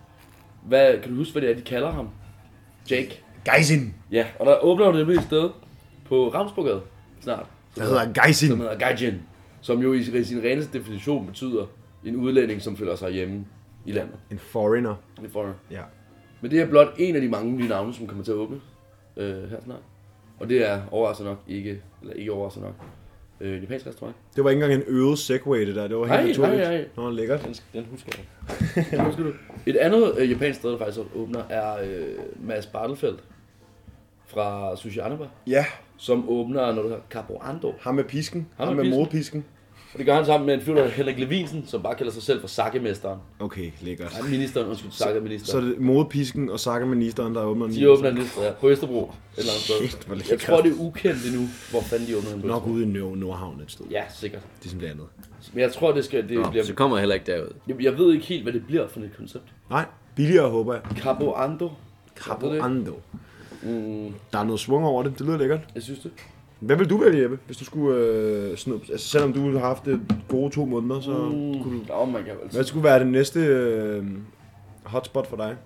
hvad, kan du huske, hvad det er, de kalder ham? Jake. Geisin. Ja, og der åbner jo nemlig et sted på Ramsborgade snart. Det hedder Geisin. Som hedder Gaijin. Som jo i sin reneste definition betyder en udlænding, som føler sig hjemme i landet. En foreigner. En foreigner. Ja. Men det er blot en af de mange nye navne, som kommer til at åbne øh, her snart. Og det er overraskende nok ikke, eller ikke overraskende nok, øh, en japansk restaurant. Det var ikke engang en øget segway, det der. Det var helt Nej, naturligt. nej, nej. Nå, lækkert. Den, den husker jeg. Det husker du. Et andet øh, japansk sted, der faktisk også åbner, er øh, Mads Bartelfeldt fra Sushi Anaba, Ja, som åbner, når du har Capo Ando. ham med pisken. Ham Ham med med pisken. modpisken. Det gør han sammen med en fyr, der hedder Henrik Levinsen, som bare kalder sig selv for sakkemesteren. Okay, lækkert. Nej, ministeren, undskyld, sakkeministeren. Så er det modepisken og sakkeministeren, der åbner en De åbner en liste, ja, på Østerbro. Et eller andet sted. Shit, hvor Jeg lækkert. tror, det er ukendt endnu, hvor fanden de åbner den på Nok Østerbro. ude i Nord- Nordhavn et sted. Ja, sikkert. Det er som det andet. Men jeg tror, det skal... Det Nå, bliver, så kommer jeg heller ikke derud. jeg, jeg ved ikke helt, hvad det bliver for et koncept. Nej, billigere håber jeg. Cabo Ando. Cabo ved det. Ando. Mm, Der er noget svung over det, det lyder lækkert. jeg synes det. Hvad vil du vælge, Jeppe, hvis du skulle øh, snuppe? Altså selvom du har haft det gode to måneder, så Mm, kunne du... Nå, man kan vel Hvad skulle være det næste øh, hotspot for dig?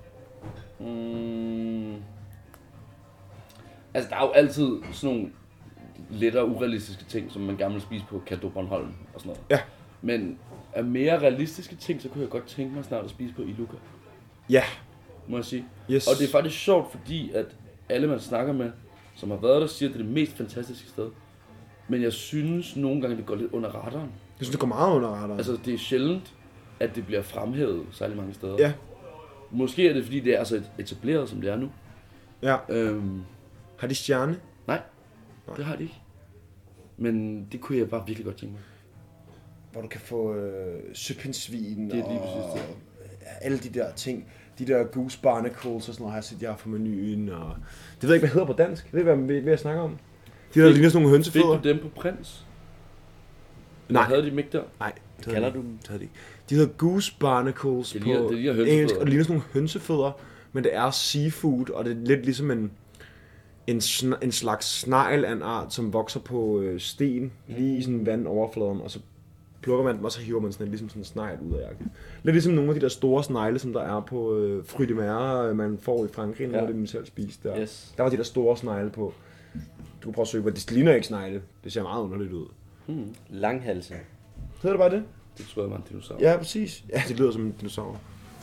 Mm. Altså, der er jo altid sådan nogle lettere urealistiske ting, som man gerne vil spise på Cado Bornholm og sådan noget. Ja. Men af mere realistiske ting, så kunne jeg godt tænke mig snart at spise på Iluka, Ja, må jeg sige. yes. Og det er faktisk sjovt, fordi at alle man snakker med, som har været der, siger, at det er det mest fantastiske sted. Men jeg synes nogle gange, det går lidt under radaren. Jeg synes, det går meget under radaren. Altså, det er sjældent, at det bliver fremhævet særlig mange steder. Ja. Måske er det, fordi det er så etableret, som det er nu. Ja. Øhm, Har de stjerne? nej, det har de ikke. Men det kunne jeg bare virkelig godt tænke mig. Hvor du kan få øh, søpindsvin Det er lige og præcis det. alle de der ting. De der goose barnacles og sådan noget, har jeg set, jeg har på menuen. Og... Det ved jeg ikke, hvad hedder på dansk. Det ved jeg, hvad jeg snakker om. De der Fik- ligner sådan nogle Fik hønsefødder. du dem på Prins? Nej. Havde de dem ikke der? Nej, det Kalder hedder du de- dem? det hedder de ikke. De hedder goose barnacles Det ligner- på det ligner hønsefødder. engelsk, og det ligner sådan nogle hønsefødder, men det er seafood, og det er lidt ligesom en, en, sn- en slags snegl af en art, som vokser på øh, sten, lige i sådan vandoverfladen, og så plukker man dem, og så hiver man sådan et, ligesom sådan en snegl ud af jakken. Lidt ligesom nogle af de der store snegle, som der er på øh, Fruit de Mer, man får i Frankrig, når Ja. det er dem selv spist der. Yes. Der var de der store snegle på. Du kan prøve at søge på, det ligner ikke snegle. Det ser meget underligt ud. Hmm. Langhalse. Hedder det bare det? Det tror jeg var en dinosaur. Ja, præcis. Ja, det lyder som en dinosaur.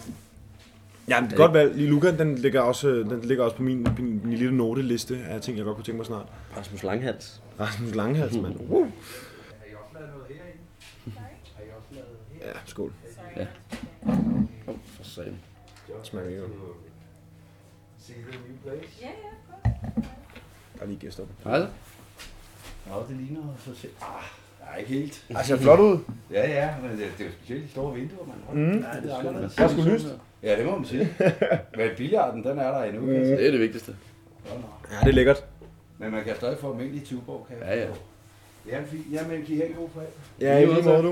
Ja, men det er godt valg. Lige Luca, den ligger også, den ligger også på min, min, min lille noteliste af ting, jeg godt kunne tænke mig snart. Rasmus Langhals. Rasmus Langhals, mand. Uh. Har I også lavet noget herinde? Har I også lavet her? Ja, skål. Ja. Oh, for satan. Det smager ikke. See the new place? Ja, ja, godt. Der er lige gæster på. Hej. Ja, det ligner så selv. Ah, nej, ikke helt. Det ser flot ud. Ja, ja, men det, det er jo specielt de store vinduer, man har. Mm. Ja, det er anderledes. Jeg skulle lyst. Ja, det må man sige. Men billiarden, den er der endnu. Mm. Det er det vigtigste. Ja, det er lækkert. Men man kan stadig få dem ind i Tuborg, kan jeg Ja, ja. forstå. Ja, fint. Jamen, kan I have en god fredag? Ja, i Lige lige måde, måde tak. du.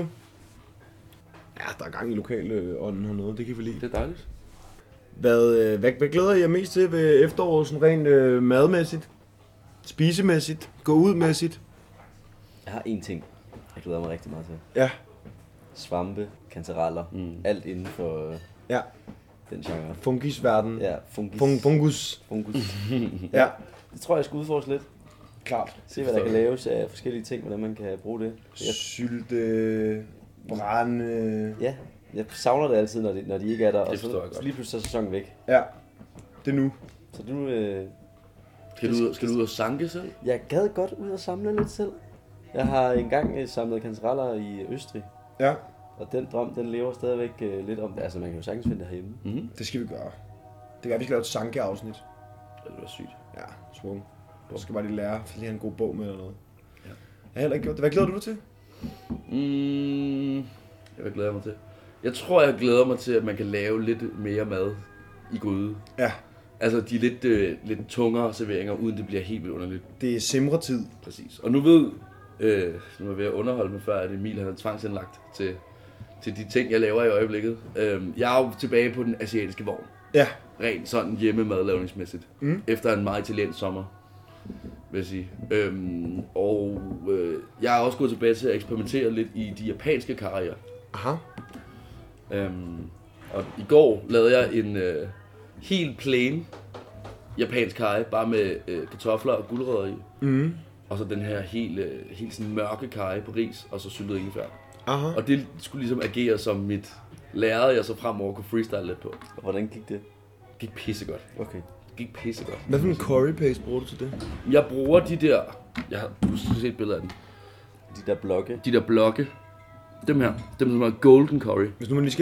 Ja, der er gang i lokalånden hernede, det kan vi lide. Det er dejligt. Hvad, øh, hvad, hvad glæder I jer mest til ved efteråret, sådan rent øh, madmæssigt? Spisemæssigt? Gå ud-mæssigt? Jeg har én ting, jeg glæder mig rigtig meget til. Ja. Svampe, kantereller, Mm. alt inden for øh, Ja. den genre. Funkisverden. Ja, fungis. Fung, fungus. fungus. Ja, Det tror jeg, jeg skal udforske lidt. klart. Se, hvad der kan laves af forskellige ting, hvordan man kan bruge det. Jeg, Sylte, brænde. ja, jeg savner det altid, når de, når de ikke er der. Og forstår så, jeg godt. så lige pludselig så er sæsonen væk. Ja, det er nu. Så nu, øh, Skal du, ud- skal du ud og sanke selv? jeg gad godt ud og samle lidt selv. Jeg har engang øh, samlet kantereller i Østrig. Ja, Og den drøm, den lever stadigvæk øh, lidt om det. Altså, man kan jo sagtens finde det herhjemme. Mhm. det skal vi gøre. Det kan være, vi skal lave et sanke-afsnit. Det var sygt. Ja, svung. Så skal bare lige lære, så lige have en god bog med eller noget. Ja. Jeg har heller ikke gjort det. Hvad glæder du dig til? Mm, jeg vil glæde mig til. Jeg tror, jeg glæder mig til, at man kan lave lidt mere mad i gryde. Ja, Altså de lidt, øh, lidt tungere serveringer, uden det bliver helt vildt underligt. det er simretid. Præcis. Og nu ved, øh, nu er jeg ved at underholde mig før, at Emil han er tvangsindlagt til, til de ting, jeg laver i øjeblikket. Øh, jeg er jo tilbage på den asiatiske vogn. Ja, Rent sådan hjemmemadlavningsmæssigt. Mm. Efter en meget italiensk sommer, vil jeg sige. Øhm, og øh, jeg er også gået tilbage til at eksperimentere lidt i de japanske karrier. aha. Øhm, og i går lavede jeg en øh, helt plain japansk karry, bare med øh, kartofler og gulerødder i. Mm. Og så den her helt, øh, helt sådan mørke karry på ris, og så syltet ingefær. Aha. Og det skulle ligesom agere som mit lærred, jeg så fremover kunne freestyle lidt på. Og hvordan gik det? Det gik pissegodt. Okay. Det gik pissegodt. Hvad for en curry paste bruger du til det? Jeg bruger de der, jeg har, du skal se et billede af den, De der blokke. de der blokke, dem her, dem som er golden curry. Hvis nu man lige skal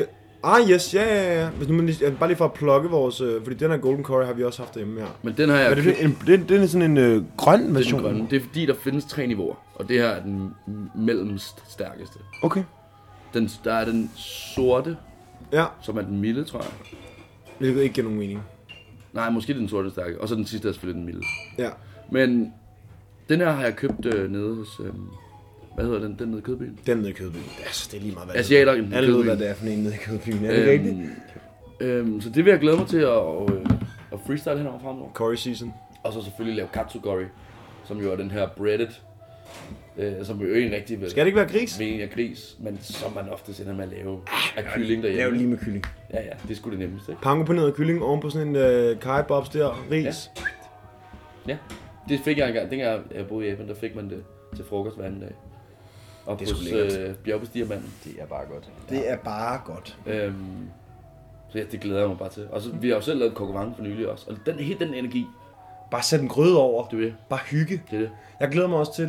Ah, yes, ja, ja, ja. Hvis nu man lige, bare lige for at plukke vores... Øh, fordi den her Golden Curry har vi også haft hjemme her. Men den har jeg... Men det, en, det, det er sådan en øh, grøn version. Det er, grøn. Det er fordi, der findes tre niveauer. Og det her er den mellemst stærkeste. Okay. Den, der er den sorte, ja. som er den milde, tror jeg. Det vil ikke give nogen mening. Nej, måske den sorte stærke. Og så den sidste er selvfølgelig den milde. Ja. Men den her har jeg købt øh, nede hos... Øh, hvad hedder den? Den nede i Kødbyen? Den nede i Kødbyen. Altså, det er lige meget, hvad Asiater det er. Alle ved, hvad det er for en nede i Kødbyen. Er det øhm, rigtigt? Øhm, så det vil jeg glæde mig til at, at, at freestyle henover fremover. Curry season. Og så selvfølgelig lave katsugori, som jo er den her breaded, øh, som jo en rigtig... Skal det ikke være gris? Meningen er gris, men som man ofte sender med at lave af kylling derhjemme. Lave lige med kylling. Ja, ja, det er sgu det nemmeste, ikke? Pango på ned af kylling oven på sådan en øh, kajebobs der, ris. Ja. ja, det fik jeg engang. Dengang jeg boede i Japan, der fik man det til frokost hver anden dag. Og det er hos øh, bjergbestigermanden. Det er bare godt. Det er bare godt. Øhm, så ja, det glæder jeg mig bare til. Og så, vi har jo selv lavet kokovange for nylig også. Og den, helt den energi. Bare sæt en gryde over. Det er det. Bare hygge. Det er det. Jeg glæder mig også til,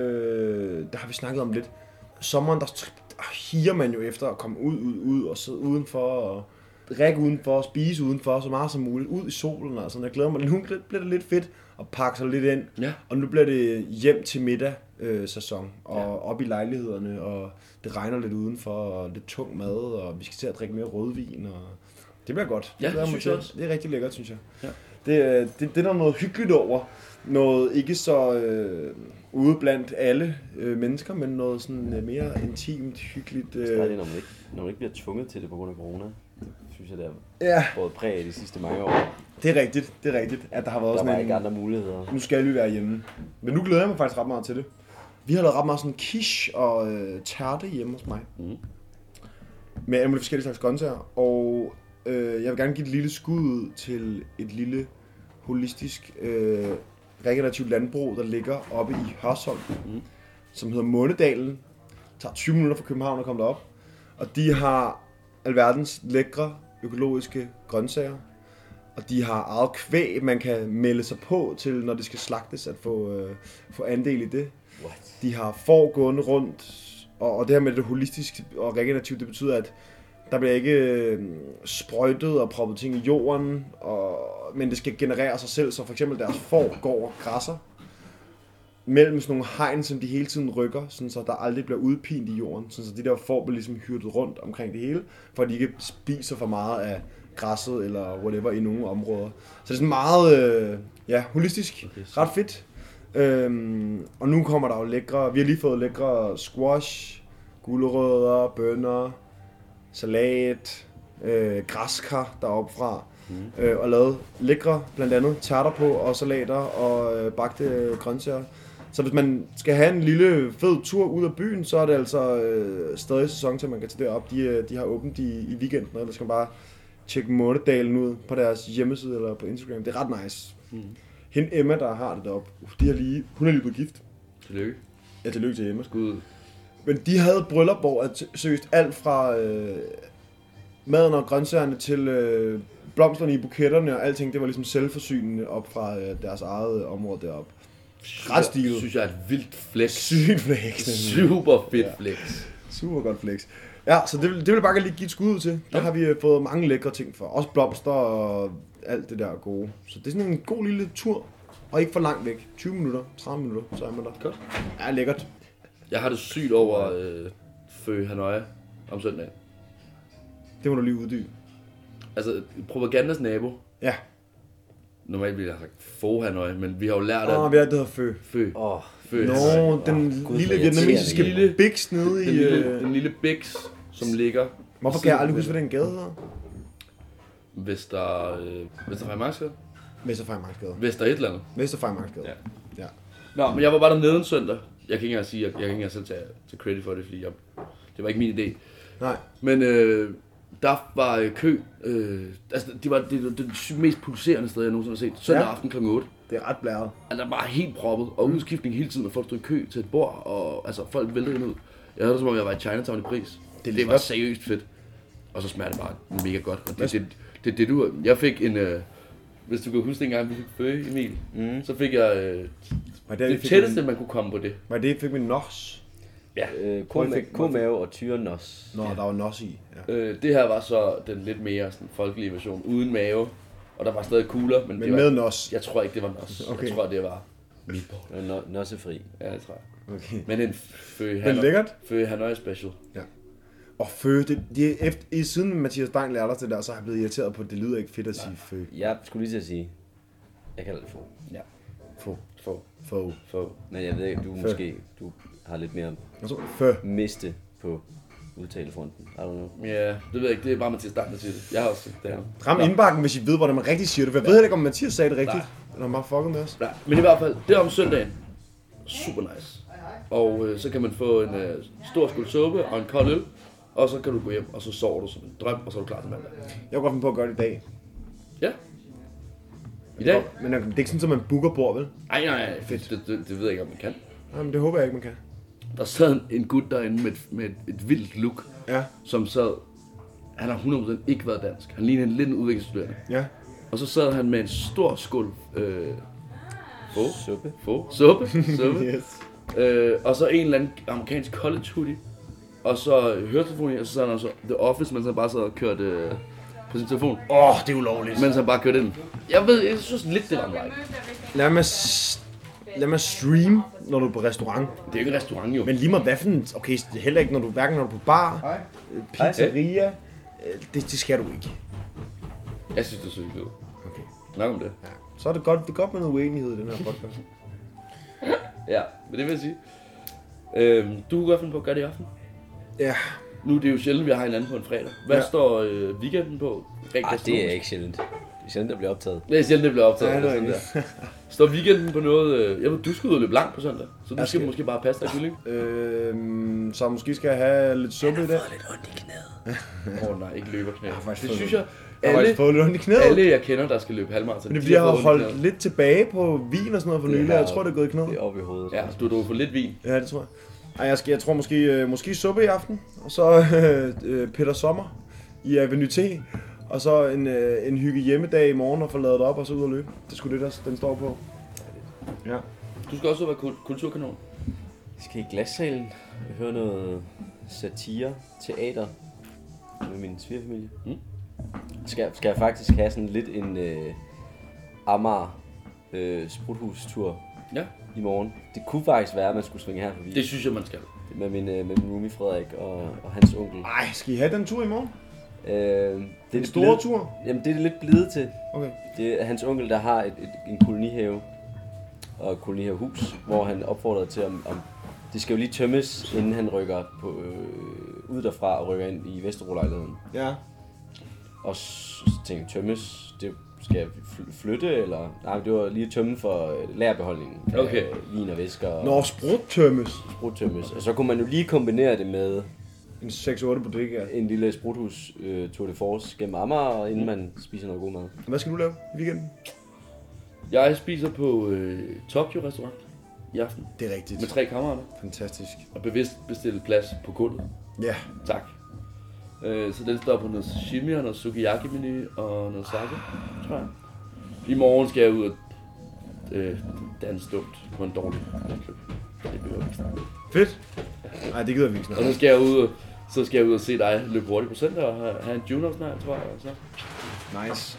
øh, der har vi snakket om lidt. Sommeren, der, der higer man jo efter at komme ud, ud, ud og sidde udenfor og drikke udenfor og spise udenfor så meget som muligt. Ud i solen og sådan. Jeg glæder mig. Nu bliver det lidt fedt at pakke sig lidt ind. Ja. Og nu bliver det hjem til middag øh, sæson og ja. Op i lejlighederne og det regner lidt udenfor og lidt tung mad og vi skal til at drikke mere rødvin og det bliver godt. Ja, det synes jeg også. Det er rigtig lækkert, synes jeg. Ja. Det, det, det er der noget hyggeligt over. Noget ikke så øh, ude blandt alle øh, mennesker, men noget sådan øh, mere intimt, hyggeligt. Øh. Det er det, når man, ikke, når man ikke bliver tvunget til det på grund af corona. Det synes jeg, det har ja. Været præg de sidste mange år. Det er rigtigt, det er rigtigt, at der har været der sådan var en... ikke andre muligheder. Nu skal vi være hjemme. Men nu glæder jeg mig faktisk ret meget til det. Vi har lavet ret meget sådan quiche og øh, tærte hjemme hos mig. Mm. Med alle mulige forskellige slags grøntsager. Og øh, jeg vil gerne give et lille skud til et lille holistisk øh, regenerativt landbrug, der ligger oppe i Hørsholm, mm. som hedder Månedalen. Det tager tyve minutter fra København at komme derop. Og de har alverdens lækre økologiske grøntsager. Og de har eget kvæg, man kan melde sig på til, når det skal slagtes, at få, øh, få andel i det. What? De har får gående rundt, og, og det her med det holistiske og regenerativt, det betyder, at der bliver ikke øh, sprøjtet og proppet ting i jorden, og, men det skal generere sig selv, så for eksempel deres får går og græsser mellem sådan nogle hegn, som de hele tiden rykker, sådan så der aldrig bliver udpint i jorden, sådan så de der får bliver ligesom hyrdet rundt omkring det hele, for at de ikke spiser for meget af græsset eller whatever i nogle områder. Så det er sådan meget øh, ja, holistisk, okay, ret fedt. Øhm, og nu kommer der jo lækre, vi har lige fået lækre squash, gulerødder, bønner, salat, øh, græskar deroppe fra. Mm. Øh, og lavet lækre, blandt andet tærter på og salater og øh, bagte grøntsager. Så hvis man skal have en lille fed tur ud af byen, så er det altså øh, stadig sæson til, man kan tage derop. De, de har åbent i, i weekenden, eller skal man bare tjekke Månedalen ud på deres hjemmeside eller på Instagram. Det er ret nice. Mm. Hende Emma, der har det deroppe, de har lige, hun er lige blevet gift. Tillykke. Ja, tillykke til Emma. Skud. Men de havde bryllup, hvor at seriøst alt fra øh, maden og grøntsagerne til øh, blomsterne i buketterne og alting, det var ligesom selvforsynende op fra øh, deres eget område deroppe. Ret stilet. Det synes jeg er et vildt flex. Sygt flex. Super fedt flex. Super godt flex. Ja, så det, det vil jeg bare lige give et skud ud til. Der ja. Har vi fået mange lækre ting for. Også blomster og alt det der gode. Så det er sådan en god lille tur. Og ikke for langt væk. tyve minutter, tredive minutter, så er man der. Godt. Ja, lækkert. Jeg har det sygt over øh, Fø Hanoi om søndagen. Det må du lige uddybe. Altså, propagandas nabo. Ja. Normalt ville jeg have sagt Fo Hanoi, men vi har jo lært at... Åh, hvad er det, der hedder Fø? Fø. Åh. Oh. Fø. Nå, Hanoi. den oh, lille vietnamesiske lille biks nede den i... Lille, den lille biks, som ligger... Hvorfor kan jeg aldrig huske, hvad den gade hedder? Vester... Øh, Vesterfejmarksgade? Vesterfejmarksgade. Vester et eller andet. Vesterfejmarksgade. Ja. ja. Nå, men jeg var bare dernede en søndag. Jeg kan ikke engang sige, at jeg, jeg kan ikke engang selv tage, tage credit for det, fordi jeg, det var ikke min idé. Nej. Men øh, der var kø. Øh, altså, det var det, det, det mest pulserende sted, jeg nogensinde har set. Søndag ja. Aften klokken otte. Det er ret blæret. Altså, der var helt proppet, og udskiftning hele tiden, og folk stod i kø til et bord, og altså, folk væltede ind ud. Jeg havde det, som om jeg var i Chinatown i Paris. Det, det var seriøst fedt. Og så smager det bare mega godt. Og det, det, det, det, du... Jeg fik en... Øh, hvis du kan huske dengang, vi fik fø, Emil, mm. så fik jeg... Øh, det, det tætteste, man kunne komme på det. Var det, fik min nos? Ja, øh, komave og tyrenos. Nå, ja. Der var nos i. Ja. Øh, det her var så den lidt mere sådan, folkelige version, uden mave. Og der var stadig kugler, men, men det var, med nos. Jeg tror ikke, det var nos. Okay. Jeg tror, det var meatball. No, nossefri. Ja, det tror jeg. Okay. Men en fø Fø Hanoi special. Ja. Og fø, det, det, efter, i siden Mathias Dang lærte os det der, så har jeg blevet irriteret på, at det lyder ikke fedt at sige fø. Jeg skulle lige til at sige, jeg kalder det få. Ja. Få. Få. Få. Få. Men jeg ved ikke, du fø. Måske du har lidt mere fø. miste på udtalefronten. I don't know. Ja, det ved jeg ikke. Det er bare Mathias Dang, der siger det. Jeg har også det her. Ram indbakken, hvis I ved, hvordan man rigtig siger det. For jeg ved ikke, om Mathias sagde det rigtigt. Eller han bare fucket med os. Nej, men i hvert fald, det er om søndagen. Super nice. Og øh, så kan man få en øh, stor skål suppe og en kold øl. Og så kan du gå hjem, og så sover du som en drøm, og så er du klar til mandag. Jeg kunne godt finde på at gøre det i dag. Ja. I dag? Men det er ikke sådan, at man booker bord, vel? Nej, nej, nej. Fedt. Det, det, det ved jeg ikke, om man kan. Nej, men det håber jeg ikke, man kan. Der sad en gut derinde med et, med et, et vildt look, ja. Som sad... Han har hundrede procent ikke været dansk. Han lignede en lidt en udviklingsstuderende. Ja. Og så sad han med en stor skål... Øh, få? Suppe. Få? Suppe. Suppe. Yes. Øh, og så en eller anden amerikansk college hoodie. Og så høretelefonen, og så sad han så The Office, mens han bare sad og kørte øh, på sin telefon. Åh, oh, det er ulovligt. Mens han bare kørte ind. Jeg ved, jeg synes lidt, det var en like. Lad mig, lad mig streame, når du er på restaurant. Det er jo ikke en restaurant, jo. Men lige meget hvad for en... Okay, det er heller ikke, når du, hverken når du er på bar, Hej. pizzeria. Hej. Det, det skal du ikke. Jeg synes, det er så hyggeligt. Okay. Nok om det. Ja. Så er det godt, det er godt med noget uenighed i den her podcast. Ja, men det vil jeg sige. Øhm, du kunne godt finde på at gøre det i aften. Ja. Nu er det jo sjældent, vi har en anden på en fredag. Hvad ja. står øh, weekenden på? Ej, det er ikke sjældent. Det er sjældent, der bliver optaget. Det er sjældent, der bliver optaget. Ja, det er det. Der. Står weekenden på noget... Øh, jeg ved, du skal ud og løbe langt på søndag, så du skal, skal måske bare passe dig kylling. Øhm, så måske skal jeg have lidt suppe i dag. Jeg har fået lidt ondt i knæet. Åh oh, nej, ikke løberknæ. Det synes jeg... Jeg har faktisk fået lidt ondt i knæet. Alle jeg kender, der skal løbe halvmarathon. Men det bliver jeg har holdt lidt tilbage på vin og sådan noget for nylig. Jeg tror, det er gået i knæet. Det er oppe i hovedet. Ja, du har for lidt vin. Ja, det tror jeg. Ej, jeg, skal, jeg tror måske, måske suppe i aften, og så øh, Peter Sommer i Avenue T, og så en, øh, en hygge hjemmedag i morgen og få lavet op og så ud og løbe. Det er sgu det, der den står på. Ja. Du skal også være kulturkanon. Jeg skal i glassalen og høre noget satire, teater med min svigerfamilie. Mm. Skal, skal jeg faktisk have sådan lidt en øh, Amager øh, spruthus-tur ja. i morgen. Det kunne faktisk være, at man skulle svinge her forbi. Det synes jeg, man skal. Med min, øh, med min roomie Frederik og, og hans onkel. Ej, skal I have den tur i morgen? Øh, det er en store blevet, tur? Jamen, det er det lidt blevet til. Okay. Det er hans onkel, der har et, et, en kolonihave og et kolonihavehus, hvor han opfordrede til, om, om det skal jo lige tømmes, inden han rykker på, øh, ud derfra og rykker ind i Vesterbro-lejligheden. Ja. Og så tænkte jeg, tømmes, det skal jeg flytte, eller... Nej, det var lige at tømme for lagerbeholdningen. Okay. Vin og væsker. Nå, spruttømmes. Spruttømmes. Og så kunne man jo lige kombinere det med... En seks otte bodega. En lille spruthus uh, Tour de Force gennem Amager, inden man spiser noget god mad. Hvad skal du lave i weekenden? Jeg spiser på øh, Tokyo Restaurant i aften. Det er rigtigt. Med tre kammerater. Fantastisk. Og bevidst bestille plads på gulvet. Ja. Tak. Øh, så den står på noget sashimi og noget sukiyaki-menu og noget sake, tror jeg. I morgen skal jeg ud og øh, danse dumt på en dårlig klub. Det bliver jo fedt. Nej, det gider vi ikke snart. Og så skal jeg ud og, så skal jeg ud og se dig løbe hurtigt på center og have, have en junior snart, tror jeg. Så. Nice.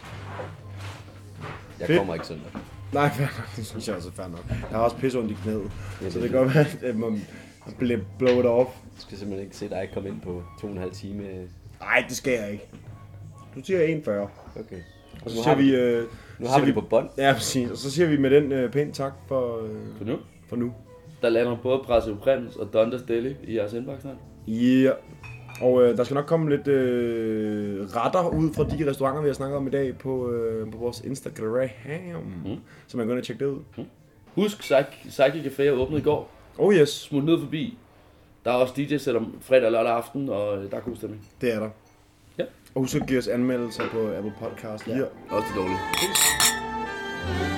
Jeg fedt. kommer ikke søndag. Nej, fair nok. Det synes jeg også er fair nok. Jeg har også pisse ondt i knæet. Ja, så det kan godt være, at man bliver blowet off. Jeg skal simpelthen ikke se dig komme ind på to og en halv time. Nej, det skal jeg ikke. Du siger en komma fyrre. Okay. Og så siger vi... Øh, nu har vi det på bånd. Ja, præcis. Og så siger vi med den øh, pænt tak for, øh, for nu. For nu. Der lander både Presse Prems og Dondas Deli i jeres indbakke snart. Ja. Yeah. Og øh, der skal nok komme lidt øh, retter ud fra de restauranter, vi har snakket om i dag på, øh, på vores Instagram. Mm. Så man kan gå ind og tjekke det ud. Mm. Husk, Cycle Café er åbnet i går. Oh yes. Smut ned forbi. Der er også D J-sæt om fredag og lørdag aften, og der er god stemning. Det er der. Ja. Og husk at give os anmeldelser på Apple Podcast. Ja. Også det dårlige. Peace.